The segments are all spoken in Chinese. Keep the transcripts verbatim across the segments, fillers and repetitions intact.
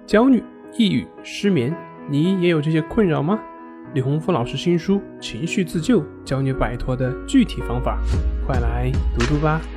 焦虑、抑郁、失眠，你也有这些困扰吗？李洪福老师新书《情绪自救》教你摆脱的具体方法，快来读读吧。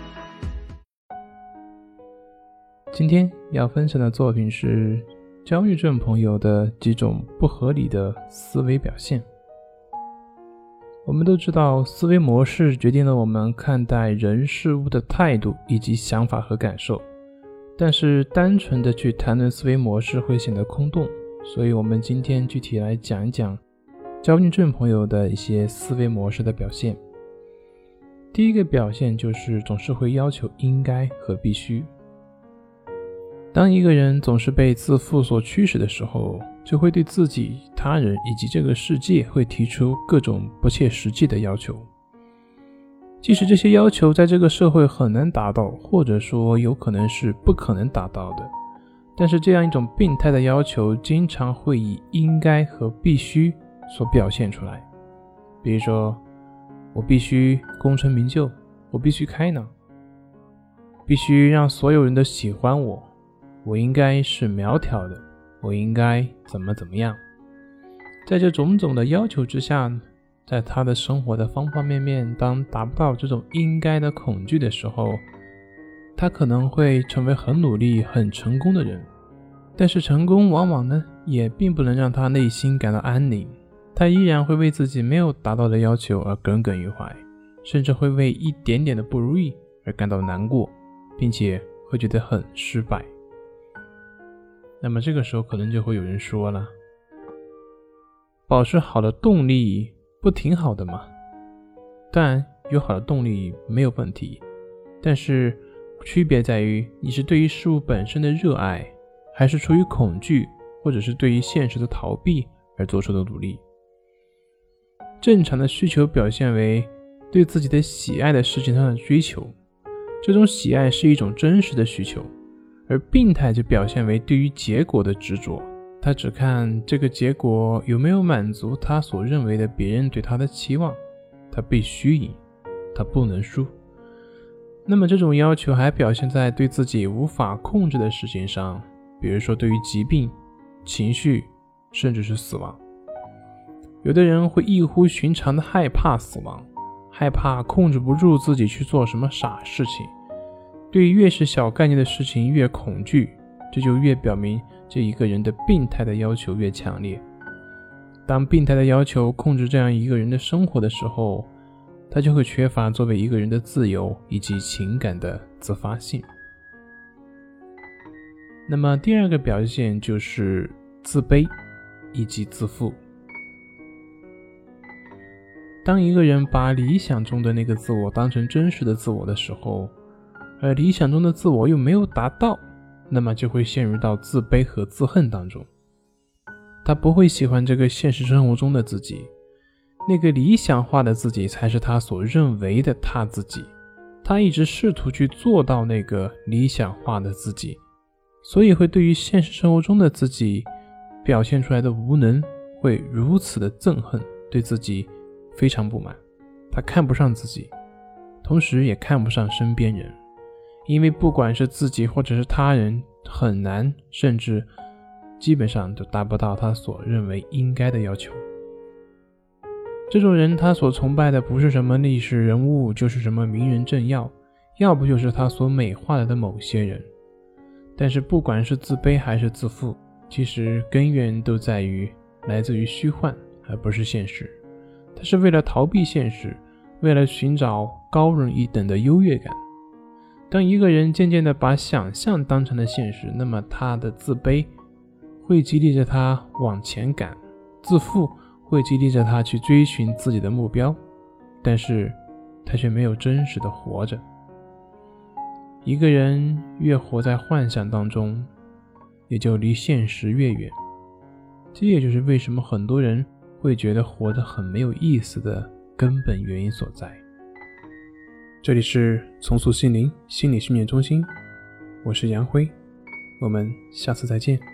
今天要分享的作品是焦虑症朋友的几种不合理的思维表现。我们都知道，思维模式决定了我们看待人事物的态度以及想法和感受，但是单纯的去谈论思维模式会显得空洞，所以我们今天具体来讲一讲焦虑症朋友的一些思维模式的表现。第一个表现就是总是会要求应该和必须。当一个人总是被自负所驱使的时候，就会对自己、他人以及这个世界会提出各种不切实际的要求。即使这些要求在这个社会很难达到，或者说有可能是不可能达到的，但是这样一种病态的要求经常会以应该和必须所表现出来。比如说，我必须功成名就，我必须开朗，必须让所有人都喜欢我，我应该是苗条的，我应该怎么怎么样。在这种种的要求之下，在他的生活的方方面面，当达不到这种应该的恐惧的时候，他可能会成为很努力很成功的人，但是成功往往呢也并不能让他内心感到安宁，他依然会为自己没有达到的要求而耿耿于怀，甚至会为一点点的不如意而感到难过，并且会觉得很失败。那么这个时候可能就会有人说了，保持好的动力不挺好的吗？当然有好的动力没有问题，但是区别在于你是对于事物本身的热爱，还是出于恐惧或者是对于现实的逃避而做出的努力。正常的需求表现为对自己的喜爱的事情上的追求，这种喜爱是一种真实的需求，而病态就表现为对于结果的执着，他只看这个结果有没有满足他所认为的别人对他的期望，他必须赢，他不能输。那么这种要求还表现在对自己无法控制的事情上，比如说对于疾病、情绪，甚至是死亡。有的人会异乎寻常的害怕死亡，害怕控制不住自己去做什么傻事情，对于越是小概念的事情越恐惧，这就越表明这一个人的病态的要求越强烈。当病态的要求控制这样一个人的生活的时候，他就会缺乏作为一个人的自由以及情感的自发性。那么第二个表现就是自卑以及自负。当一个人把理想中的那个自我当成真实的自我的时候，而理想中的自我又没有达到，那么就会陷入到自卑和自恨当中。他不会喜欢这个现实生活中的自己，那个理想化的自己才是他所认为的他自己，他一直试图去做到那个理想化的自己，所以会对于现实生活中的自己表现出来的无能会如此的憎恨，对自己非常不满，他看不上自己，同时也看不上身边人，因为不管是自己或者是他人，很难甚至基本上都达不到他所认为应该的要求。这种人他所崇拜的不是什么历史人物，就是什么名人政要，要不就是他所美化了的某些人。但是不管是自卑还是自负，其实根源都在于来自于虚幻，而不是现实。他是为了逃避现实，为了寻找高人一等的优越感。当一个人渐渐地把想象当成了现实，那么他的自卑会激励着他往前赶，自负会激励着他去追寻自己的目标，但是他却没有真实的活着。一个人越活在幻想当中，也就离现实越远。这也就是为什么很多人会觉得活得很没有意思的根本原因所在。这里是重塑心灵心理训练中心，我是杨辉，我们下次再见。